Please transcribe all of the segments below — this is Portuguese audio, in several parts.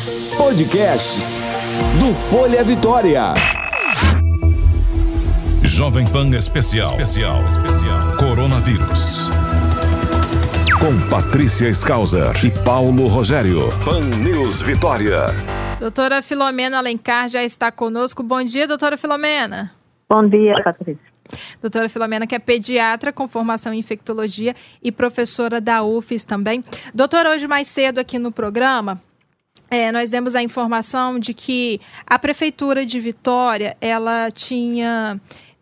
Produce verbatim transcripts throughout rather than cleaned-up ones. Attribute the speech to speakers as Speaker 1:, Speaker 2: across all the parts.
Speaker 1: Podcasts do Folha Vitória.
Speaker 2: Jovem Pan Especial. Especial. Especial. Coronavírus. Com Patrícia Skauser e Paulo Rogério. Pan News Vitória.
Speaker 3: Doutora Filomena Alencar já está conosco. Bom dia, doutora Filomena.
Speaker 4: Bom dia, Patrícia.
Speaker 3: Doutora Filomena, que é pediatra com formação em infectologia e professora da U F E S também. Doutora, hoje mais cedo aqui no programa, é, nós demos a informação de que a Prefeitura de Vitória, ela tinha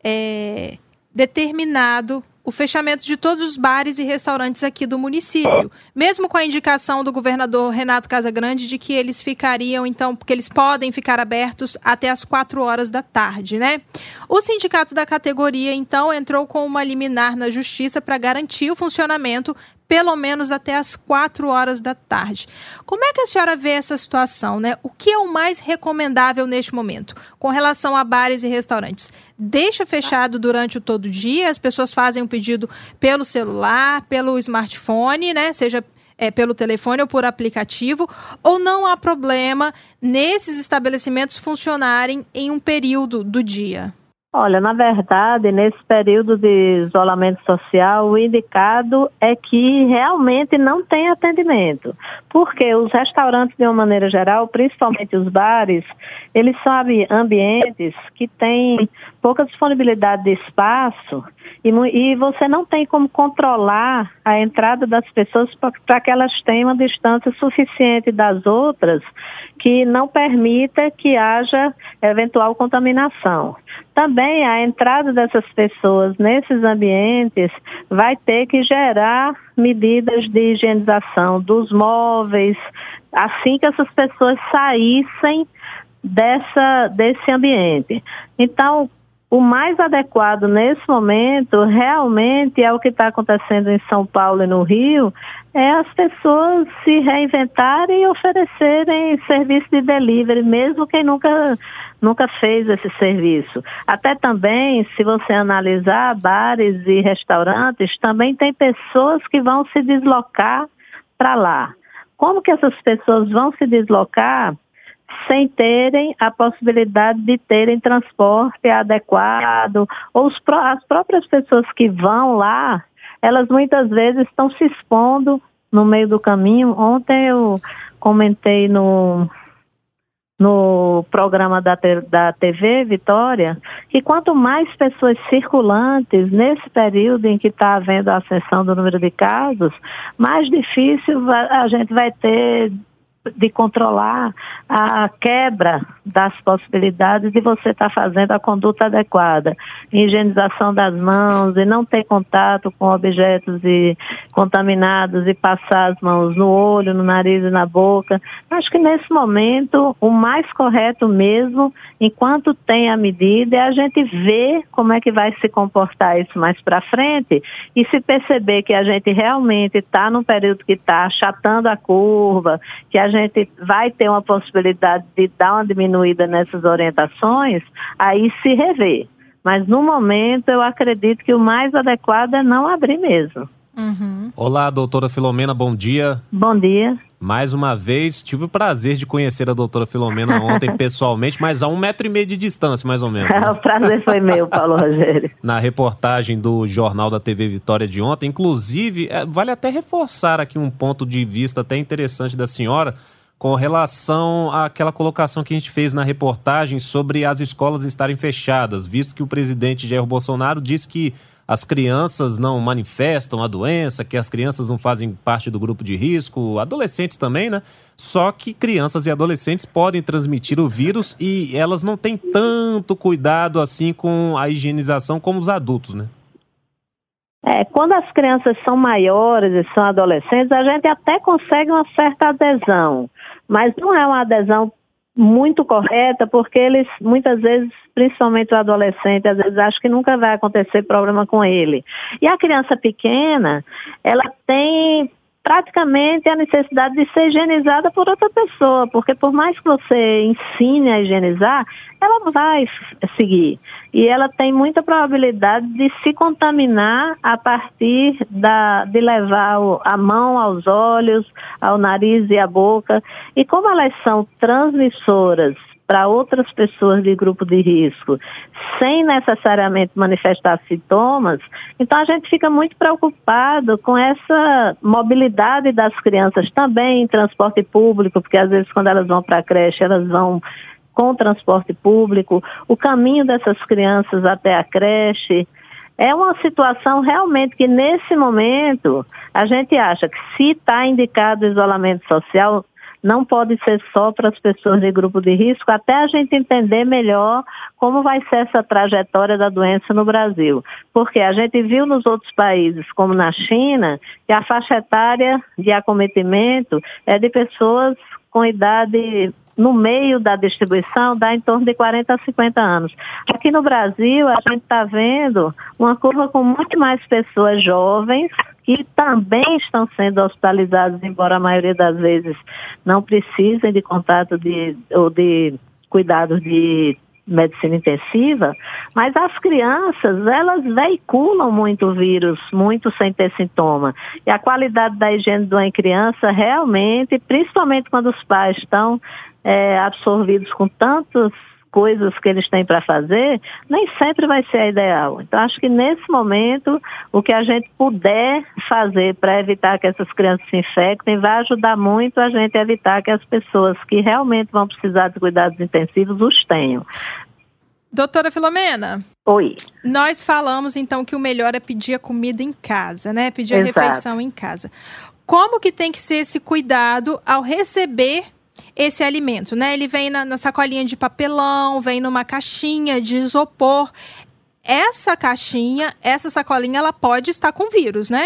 Speaker 3: é, determinado o fechamento de todos os bares e restaurantes aqui do município, mesmo com a indicação do governador Renato Casagrande de que eles ficariam, então, porque eles podem ficar abertos até as quatro horas da tarde, né? O sindicato da categoria, então, entrou com uma liminar na justiça para garantir o funcionamento pelo menos até as quatro horas da tarde. Como é que a senhora vê essa situação, né? O que é o mais recomendável neste momento com relação a bares e restaurantes? Deixa fechado durante o todo dia, as pessoas fazem um pedido pelo celular, pelo smartphone, né? Seja é, pelo telefone ou por aplicativo, ou não há problema nesses estabelecimentos funcionarem em um período do dia?
Speaker 4: Olha, na verdade, nesse período de isolamento social, o indicado é que realmente não tem atendimento, porque os restaurantes, de uma maneira geral, principalmente os bares, eles são ambientes que têm pouca disponibilidade de espaço e, e você não tem como controlar a entrada das pessoas para que elas tenham uma distância suficiente das outras que não permita que haja eventual contaminação. Também a entrada dessas pessoas nesses ambientes vai ter que gerar medidas de higienização dos móveis, assim que essas pessoas saíssem dessa, desse ambiente. Então, o mais adequado nesse momento, realmente, é o que está acontecendo em São Paulo e no Rio, é as pessoas se reinventarem e oferecerem serviço de delivery, mesmo quem nunca, nunca fez esse serviço. Até também, se você analisar bares e restaurantes, também tem pessoas que vão se deslocar para lá. Como que essas pessoas vão se deslocar sem terem a possibilidade de terem transporte adequado, ou os, as próprias pessoas que vão lá, elas muitas vezes estão se expondo no meio do caminho. Ontem eu comentei no, no programa da, da T V Vitória que quanto mais pessoas circulantes nesse período em que está havendo a ascensão do número de casos, mais difícil a gente vai ter de controlar a quebra das possibilidades de você estar fazendo a conduta adequada, higienização das mãos e não ter contato com objetos e contaminados e passar as mãos no olho, no nariz e na boca. Acho que nesse momento o mais correto mesmo, enquanto tem a medida, é a gente ver como é que vai se comportar isso mais para frente e se perceber que a gente realmente está num período que está achatando a curva, que a gente vai ter uma possibilidade de dar uma diminuída nessas orientações, aí se rever. Mas no momento eu acredito que o mais adequado é não abrir mesmo.
Speaker 3: Uhum.
Speaker 5: Olá, doutora Filomena, bom dia.
Speaker 4: Bom dia.
Speaker 5: Mais uma vez, tive o prazer de conhecer a doutora Filomena ontem pessoalmente, mas a um metro e meio de distância, mais ou menos. Né?
Speaker 4: O prazer foi meu, Paulo Rogério.
Speaker 5: Na reportagem do Jornal da T V Vitória de ontem, inclusive, é, vale até reforçar aqui um ponto de vista até interessante da senhora, com relação àquela colocação que a gente fez na reportagem sobre as escolas estarem fechadas, visto que o presidente Jair Bolsonaro disse que as crianças não manifestam a doença, que as crianças não fazem parte do grupo de risco, adolescentes também, né? Só que crianças e adolescentes podem transmitir o vírus e elas não têm tanto cuidado assim com a higienização como os adultos, né?
Speaker 4: É, quando as crianças são maiores e são adolescentes, a gente até consegue uma certa adesão, mas não é uma adesão muito correta, porque eles, muitas vezes, principalmente o adolescente, às vezes acham que nunca vai acontecer problema com ele. E a criança pequena, ela tem praticamente a necessidade de ser higienizada por outra pessoa, porque por mais que você ensine a higienizar, ela vai seguir. E ela tem muita probabilidade de se contaminar a partir da, de levar a mão aos olhos, ao nariz e à boca. E como elas são transmissoras para outras pessoas de grupo de risco, sem necessariamente manifestar sintomas, então a gente fica muito preocupado com essa mobilidade das crianças também em transporte público, porque às vezes quando elas vão para a creche, elas vão com transporte público, o caminho dessas crianças até a creche. É uma situação realmente que nesse momento a gente acha que se está indicado isolamento social, não pode ser só para as pessoas de grupo de risco, até a gente entender melhor como vai ser essa trajetória da doença no Brasil. Porque a gente viu nos outros países, como na China, que a faixa etária de acometimento é de pessoas com idade no meio da distribuição, dá em torno de quarenta a cinquenta anos. Aqui no Brasil, a gente está vendo uma curva com muito mais pessoas jovens, que também estão sendo hospitalizados, embora a maioria das vezes não precisem de contato de, ou de cuidados de medicina intensiva, mas as crianças, elas veiculam muito o vírus, muito sem ter sintoma. E a qualidade da higiene de uma criança realmente, principalmente quando os pais estão é, absorvidos com tantas coisas que eles têm para fazer, nem sempre vai ser a ideal. Então, acho que nesse momento, o que a gente puder fazer para evitar que essas crianças se infectem, vai ajudar muito a gente a evitar que as pessoas que realmente vão precisar de cuidados intensivos os tenham.
Speaker 3: Doutora Filomena.
Speaker 4: Oi.
Speaker 3: Nós falamos, então, que o melhor é pedir a comida em casa, né? Pedir
Speaker 4: Exato.
Speaker 3: a refeição em casa. Como que tem que ser esse cuidado ao receber esse alimento, né? Ele vem na, na sacolinha de papelão, vem numa caixinha de isopor. Essa caixinha, essa sacolinha, ela pode estar com vírus, né?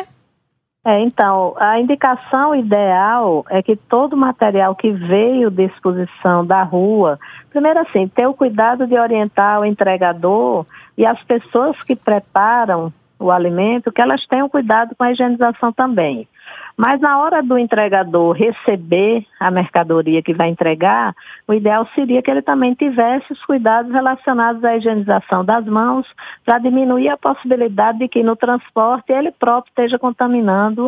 Speaker 4: É, então, a indicação ideal é que todo material que veio de exposição da rua, primeiro assim, ter o cuidado de orientar o entregador e as pessoas que preparam o alimento, que elas tenham cuidado com a higienização também. Mas na hora do entregador receber a mercadoria que vai entregar, o ideal seria que ele também tivesse os cuidados relacionados à higienização das mãos, para diminuir a possibilidade de que no transporte ele próprio esteja contaminando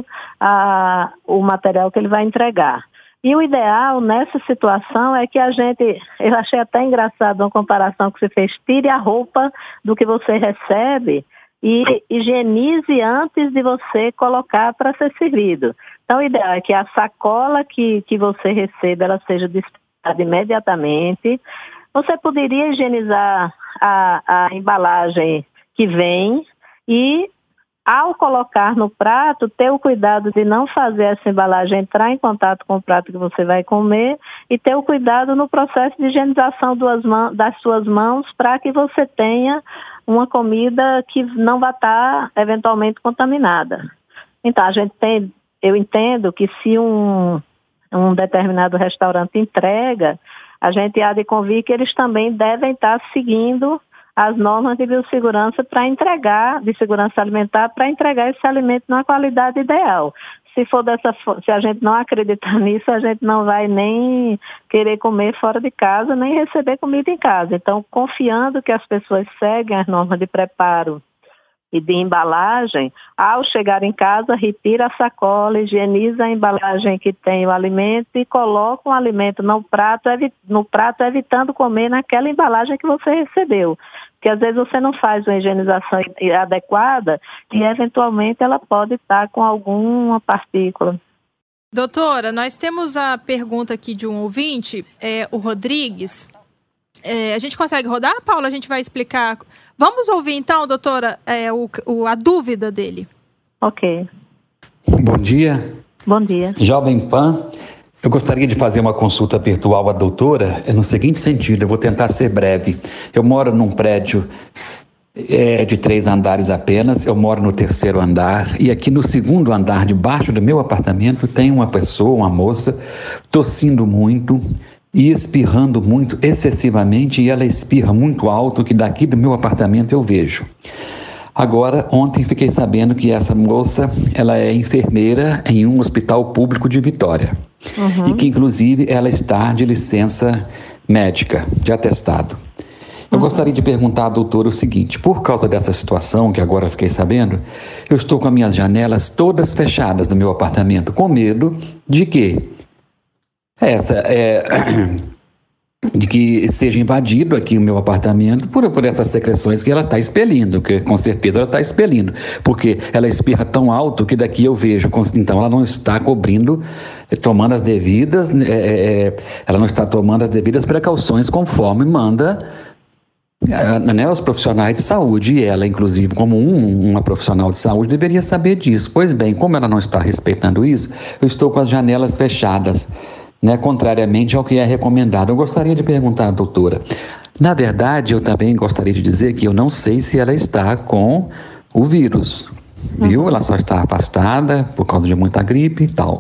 Speaker 4: a, o material que ele vai entregar. E o ideal nessa situação é que a gente, eu achei até engraçado uma comparação que você fez, tire a roupa do que você recebe e higienize antes de você colocar para ser servido. Então, o ideal é que a sacola que, que você receba, ela seja dispensada imediatamente. Você poderia higienizar a, a embalagem que vem e, ao colocar no prato, ter o cuidado de não fazer essa embalagem entrar em contato com o prato que você vai comer e ter o cuidado no processo de higienização das, mãos, das suas mãos para que você tenha uma comida que não vai estar eventualmente contaminada. Então, a gente tem, eu entendo que se um, um determinado restaurante entrega, a gente há de convir que eles também devem estar seguindo as normas de biossegurança para entregar, de segurança alimentar, para entregar esse alimento na qualidade ideal. Se for dessa, se a gente não acreditar nisso, a gente não vai nem querer comer fora de casa, nem receber comida em casa. Então, confiando que as pessoas seguem as normas de preparo e de embalagem, ao chegar em casa, retira a sacola, higieniza a embalagem que tem o alimento e coloca o alimento no prato, no prato evitando comer naquela embalagem que você recebeu. Porque às vezes você não faz uma higienização adequada e eventualmente ela pode estar com alguma partícula.
Speaker 3: Doutora, nós temos a pergunta aqui de um ouvinte, é, o Rodrigues. É, a gente consegue rodar, Paula? A gente vai explicar. Vamos ouvir então, doutora, é, o, o, a dúvida dele.
Speaker 4: Ok.
Speaker 6: Bom dia.
Speaker 4: Bom dia.
Speaker 6: Jovem Pan, eu gostaria de fazer uma consulta virtual à doutora no seguinte sentido, eu vou tentar ser breve. Eu moro num prédio é, de três andares apenas, eu moro no terceiro andar e aqui no segundo andar, debaixo do meu apartamento, tem uma pessoa, uma moça, tossindo muito e espirrando muito excessivamente, e ela espirra muito alto, que daqui do meu apartamento eu vejo. Agora, ontem fiquei sabendo que essa moça, ela é enfermeira em um hospital público de Vitória. Uhum. E que, inclusive, ela está de licença médica, de atestado. Eu uhum. gostaria de perguntar à doutora o seguinte: por causa dessa situação, que agora fiquei sabendo, eu estou com as minhas janelas todas fechadas no meu apartamento, com medo de que essa é... de que seja invadido aqui o meu apartamento por, por essas secreções que ela está expelindo, que com certeza ela está expelindo, porque ela espirra tão alto que daqui eu vejo, então ela não está cobrindo, tomando as devidas, é, é, ela não está tomando as devidas precauções conforme manda né, os profissionais de saúde, e ela, inclusive, como um, uma profissional de saúde, deveria saber disso. Pois bem, como ela não está respeitando isso, eu estou com as janelas fechadas, né, contrariamente ao que é recomendado. Eu gostaria de perguntar à doutora, na verdade, eu também gostaria de dizer que eu não sei se ela está com o vírus, viu? Ela só está afastada por causa de muita gripe e tal.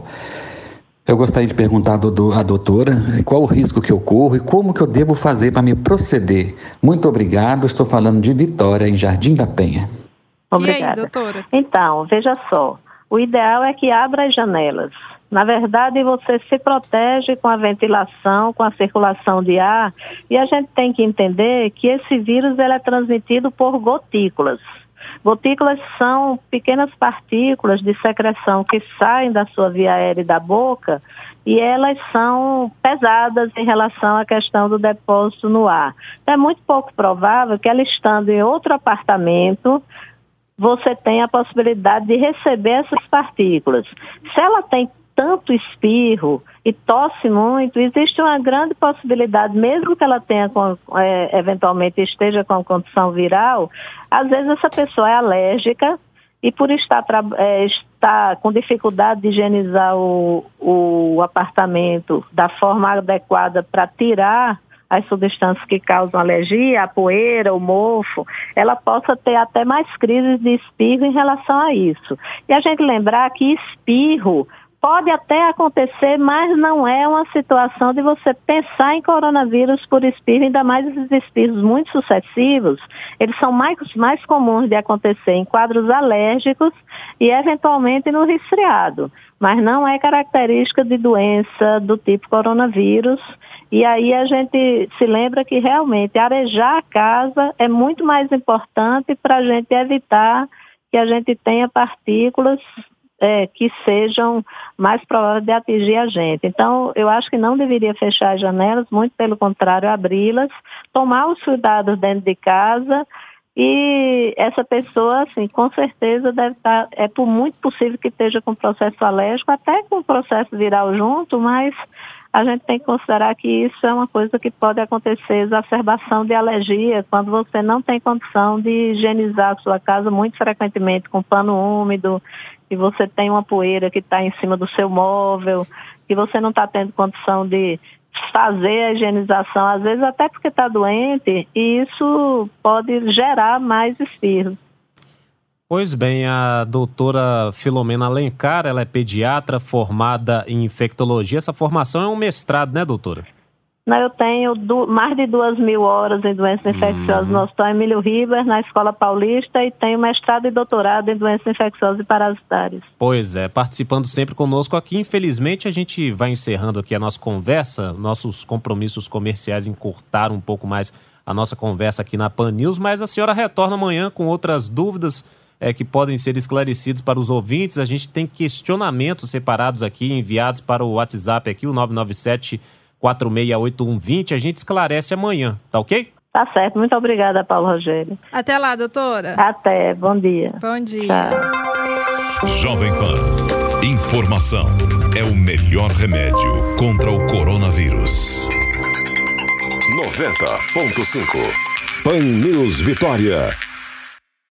Speaker 6: Eu gostaria de perguntar à doutora qual o risco que eu corro e como que eu devo fazer para me proceder. Muito obrigado, estou falando de Vitória, em Jardim da Penha.
Speaker 4: Obrigada.
Speaker 3: E aí, doutora?
Speaker 4: Então, veja só, o ideal é que abra as janelas. Na verdade, você se protege com a ventilação, com a circulação de ar, e a gente tem que entender que esse vírus ele é transmitido por gotículas. Gotículas são pequenas partículas de secreção que saem da sua via aérea e da boca, e elas são pesadas em relação à questão do depósito no ar. Então, é muito pouco provável que ela, estando em outro apartamento, você tenha a possibilidade de receber essas partículas. Se ela tem tanto espirro e tosse muito, existe uma grande possibilidade, mesmo que ela tenha, é, eventualmente esteja com condição viral, às vezes essa pessoa é alérgica e por estar, é, estar com dificuldade de higienizar o, o apartamento da forma adequada para tirar as substâncias que causam alergia, a poeira, o mofo, ela possa ter até mais crises de espirro em relação a isso. E a gente lembrar que espirro pode até acontecer, mas não é uma situação de você pensar em coronavírus por espirro, ainda mais esses espirros muito sucessivos, eles são mais, mais comuns de acontecer em quadros alérgicos e eventualmente no resfriado, mas não é característica de doença do tipo coronavírus. E aí a gente se lembra que realmente arejar a casa é muito mais importante para a gente evitar que a gente tenha partículas É, que sejam mais prováveis de atingir a gente. Então, eu acho que não deveria fechar as janelas, muito pelo contrário, abri-las, tomar os cuidados dentro de casa, e essa pessoa, assim, com certeza deve estar, é por muito possível que esteja com processo alérgico, até com processo viral junto, mas a gente tem que considerar que isso é uma coisa que pode acontecer, exacerbação de alergia, quando você não tem condição de higienizar a sua casa muito frequentemente com pano úmido, que você tem uma poeira que está em cima do seu móvel, que você não está tendo condição de fazer a higienização, às vezes até porque está doente, e isso pode gerar mais espirro.
Speaker 5: Pois bem, a doutora Filomena Alencar, ela é pediatra formada em infectologia. Essa formação é um mestrado, né, doutora?
Speaker 4: Não, eu tenho du- mais de duas mil horas em doenças infecciosas no Hospital Emílio Ribas, na Escola Paulista, e tenho mestrado e doutorado em doenças infecciosas e parasitárias.
Speaker 5: Pois é, participando sempre conosco aqui. Infelizmente, a gente vai encerrando aqui a nossa conversa. Nossos compromissos comerciais encurtaram um pouco mais a nossa conversa aqui na Pan News, mas a senhora retorna amanhã com outras dúvidas é, que podem ser esclarecidas para os ouvintes. A gente tem questionamentos separados aqui, enviados para o WhatsApp aqui, o nove nove sete, quatro seis oito um dois zero. A gente esclarece amanhã, tá ok?
Speaker 4: Tá certo, muito obrigada, Paulo Rogério.
Speaker 3: Até lá, doutora.
Speaker 4: Até, bom dia.
Speaker 3: Bom dia.
Speaker 4: Tchau.
Speaker 2: Jovem Pan. Informação é o melhor remédio contra o coronavírus. noventa ponto cinco. Pan News Vitória.